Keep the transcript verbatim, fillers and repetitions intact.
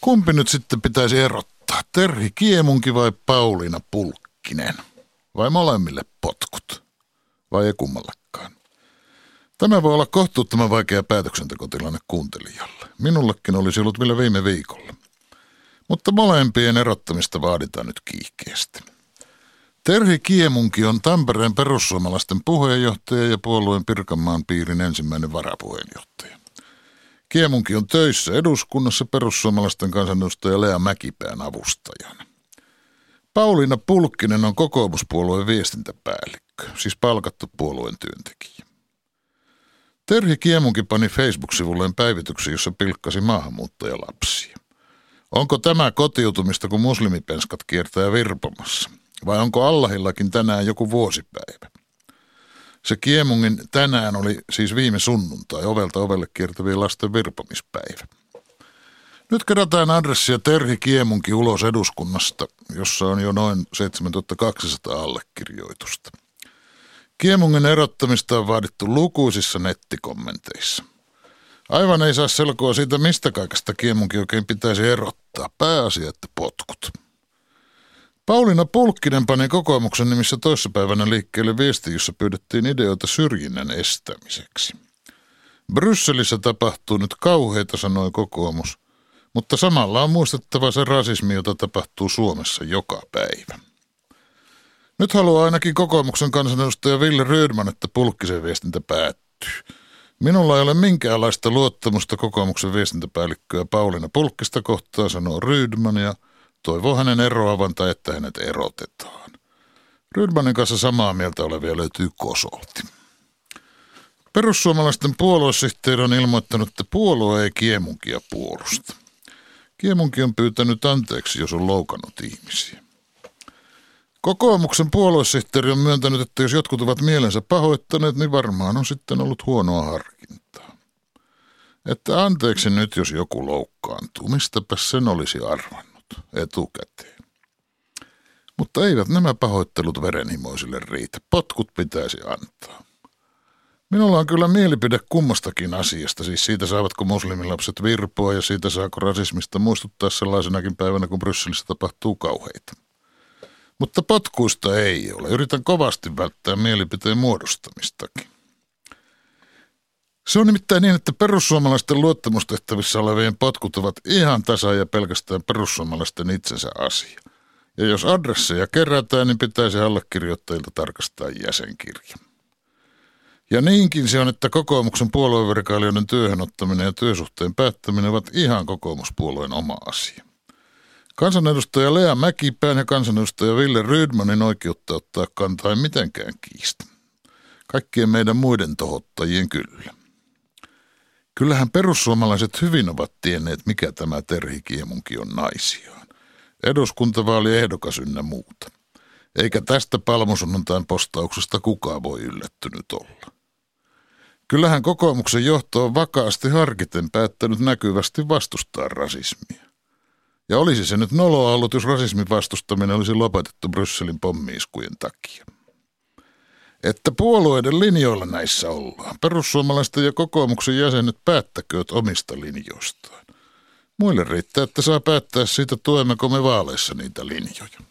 Kumpi nyt sitten pitäisi erottaa? Terhi Kiemunki vai Pauliina Pulkkinen? Vai molemmille potkut? Vai ei kummallekaan? Tämä voi olla kohtuuttoman vaikea päätöksentekotilanne kuuntelijalle. Minullekin olisi ollut vielä viime viikolla. Mutta molempien erottamista vaaditaan nyt kiihkeästi. Terhi Kiemunki on Tampereen perussuomalaisten puheenjohtaja ja puolueen Pirkanmaan piirin ensimmäinen varapuheenjohtaja. Kiemunki on töissä eduskunnassa perussuomalaisten kansanedustaja Lea Mäkipään avustajana. Pauliina Pulkkinen on kokoomuspuolueen viestintäpäällikkö, siis palkattu puolueen työntekijä. Terhi Kiemunki pani Facebook-sivulleen päivityksen, jossa pilkkasi maahanmuuttajalapsia. Onko tämä kotiutumista, kun muslimipenskat kiertää virpomassa? Vai onko Allahillakin tänään joku vuosipäivä? Se Kiemungin tänään oli siis viime sunnuntai, ovelta ovelle kiertävien lasten virpomispäivä. Nyt kerätään adressia Terhi Kiemunki ulos eduskunnasta, jossa on jo noin seitsemäntuhattakaksisataa allekirjoitusta. Kiemungin erottamista on vaadittu lukuisissa nettikommenteissa. Aivan ei saa selkoa siitä, mistä kaikesta Kiemunki oikein pitäisi erottaa. Pääasia, että potkut. Pauliina Pulkkinen pani kokoomuksen nimissä toissapäivänä liikkeelle viesti, jossa pyydettiin ideoita syrjinnän estämiseksi. Brysselissä tapahtuu nyt kauheita, sanoi kokoomus, mutta samalla on muistettava se rasismi, jota tapahtuu Suomessa joka päivä. Nyt haluaa ainakin kokoomuksen kansanedustaja Wille Rydman, että Pulkkisen viestintä päättyy. Minulla ei ole minkäänlaista luottamusta kokoomuksen viestintäpäällikköä Pauliina Pulkkista kohtaan, sanoo Rydman, ja toivoo hänen eroavan tai että hänet erotetaan. Rydmanin kanssa samaa mieltä olevia löytyy kosolti. Perussuomalaisten puoluesihteeri on ilmoittanut, että puolue ei Kiemunkia puolusta. Kiemunki on pyytänyt anteeksi, jos on loukannut ihmisiä. Kokoomuksen puoluesihteeri on myöntänyt, että jos jotkut ovat mielensä pahoittaneet, niin varmaan on sitten ollut huonoa harkintaa. Että anteeksi nyt, jos joku loukkaantuu, mistäpä sen olisi arvannut etukäteen. Mutta eivät nämä pahoittelut verenhimoisille riitä. Potkut pitäisi antaa. Minulla on kyllä mielipide kummastakin asiasta, siis siitä saavatko muslimilapset virpoa ja siitä saako rasismista muistuttaa sellaisenakin päivänä, kun Brysselissä tapahtuu kauheita. Mutta potkuista ei ole. Yritän kovasti välttää mielipiteen muodostamistakin. Se on nimittäin niin, että perussuomalaisten luottamustehtävissä olevien potkut ovat ihan tasa ja pelkästään perussuomalaisten itsensä asia. Ja jos adresseja kerätään, niin pitäisi allekirjoittajilta tarkastaa jäsenkirja. Ja niinkin se on, että kokoomuksen puoluevirkailijoiden työhönottaminen ja työsuhteen päättäminen ovat ihan kokoomuspuolueen oma asia. Kansanedustaja Lea Mäkipään ja kansanedustaja Wille Rydmanin oikeutta ottaa kantaa ei mitenkään kiistä. Kaikkien meidän muiden tohottajien kyllä. Kyllähän perussuomalaiset hyvin ovat tienneet, mikä tämä Terhi Kiemunki on naisiaan. Eduskuntavaali ehdokas ynnä muuta. Eikä tästä palmusunnuntain postauksesta kukaan voi yllättynyt olla. Kyllähän kokoomuksen johto on vakaasti harkiten päättänyt näkyvästi vastustaa rasismia. Ja olisi se nyt noloa ollut, jos rasismin vastustaminen olisi lopetettu Brysselin pommi-iskujen takia. Että puolueiden linjoilla näissä ollaan. Perussuomalaisten ja kokoomuksen jäsenet päättäkööt omista linjoistaan. Muille riittää, että saa päättää siitä, tuemmeko me vaaleissa niitä linjoja.